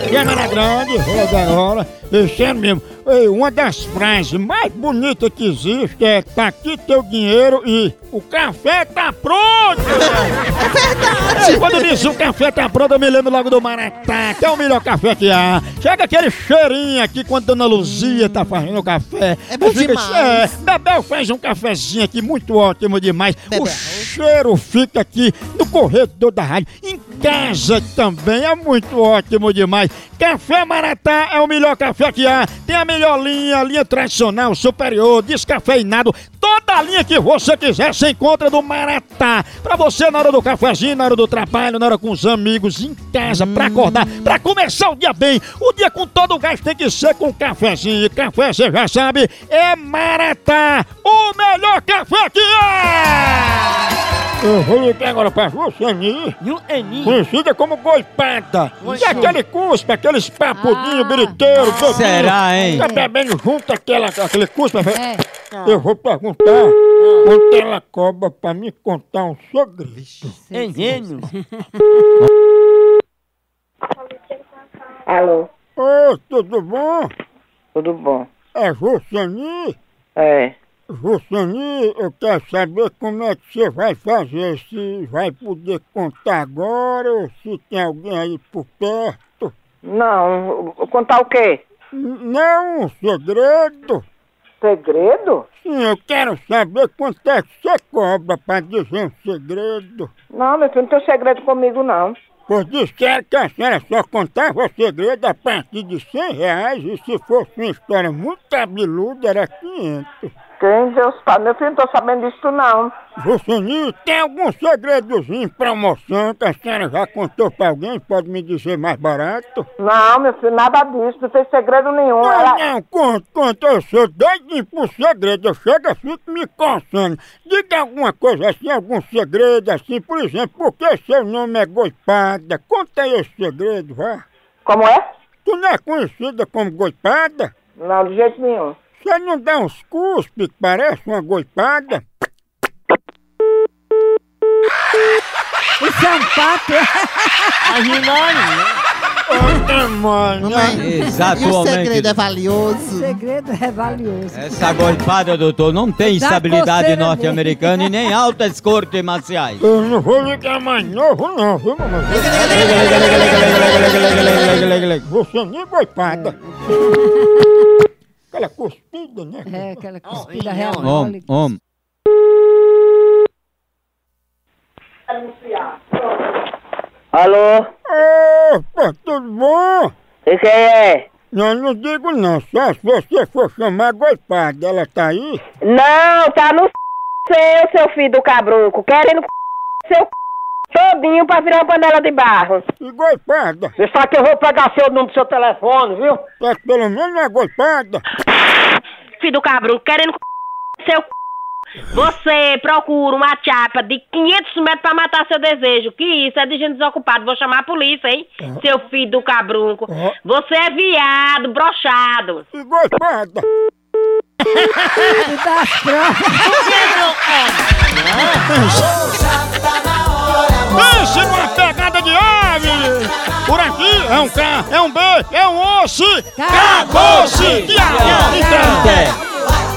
Câmara grande, agora, isso é mesmo. Ei, uma das frases mais bonitas que existe é: tá aqui teu dinheiro e o café tá pronto! É verdade! Ei, quando diz o café tá pronto, eu me lembro logo do Maratá, que é o melhor café que há. Chega aquele cheirinho aqui quando Dona Luzia tá fazendo o café. É bom demais! Bebel faz um cafezinho aqui muito ótimo demais. Bebel. O cheiro fica aqui no corredor da rádio. Em casa também é muito ótimo demais. Café Maratá é o melhor café que há. Tem a melhor linha tradicional, superior, descafeinado. Toda a linha que você quiser você encontra no Maratá. Pra você na hora do cafezinho, na hora do trabalho, na hora com os amigos, em casa, pra acordar, pra começar o dia bem. O dia com todo o gás tem que ser com cafezinho. E café, você já sabe, é Maratá. O melhor café que é! Eu vou ligar agora pra Jussani, conhecida como Goipada. E aquele cuspe, aqueles papudinhos biriteiro. Será, hein? Tá bebendo junto aquele cuspe. Eu vou perguntar quanto ela cobra pra me contar um segredo. Engênio. Alô, Ô, tudo bom? tudo bom? É Jussani? É, Jussani, eu quero saber como é que você vai fazer, se vai poder contar agora ou se tem alguém aí por perto. não, contar o quê? Não, um segredo. Segredo? Sim, eu quero saber quanto é que você cobra pra dizer um segredo. Não, meu filho, não tem segredo comigo, não. Pois disseram que a senhora só contava o segredo a partir de R$100 e se fosse uma história muito cabeluda era 500. Quem Deus sabe? Meu filho, não tô sabendo disso, não. Jussani, tem algum segredozinho em promoção que a senhora já contou pra alguém? Pode me dizer mais barato? Não, meu filho, nada disso, não tem segredo nenhum. Não, conta, eu sou doidinho por segredo, eu chego e fico me coçando. Diga alguma coisa assim, algum segredo assim, por exemplo, por que seu nome é Goipada? Conta aí esse segredo, vá. Como é? Tu não é conhecida como Goipada? Não, de jeito nenhum. Você não dá uns cuspes que parece uma goipada? Isso é um papo. Mano, E o Exatamente. segredo é O valioso. segredo é valioso. Essa golpada, doutor, não tem Dá estabilidade coceira norte-americana e nem altas cortes marciais. eu não vou ligar mais novo não, viu, mamãe? Você nem goipada. Aquela cuspida, né? É aquela cuspida Homem, real. homem. Alô? Opa, tudo bom? E quem é? Não digo não, só se você for chamar goipada, ela tá aí? Não, tá no seu filho do cabrunco, querendo seu todinho pra virar uma panela de barro. E goipada? Você sabe que eu vou pegar seu número do seu telefone, viu? É que pelo menos não é goipada. Filho do cabrunco, querendo seu Você procura uma chapa de 500 metros pra matar seu desejo. Que isso, é de gente desocupada. Vou chamar a polícia, hein? Seu filho do cabrunco. Você é viado, brochado. E goipada? E das Pense numa pegada de ave! Por aqui é um K, é um B, é um osso! Acabou-se! Tchau!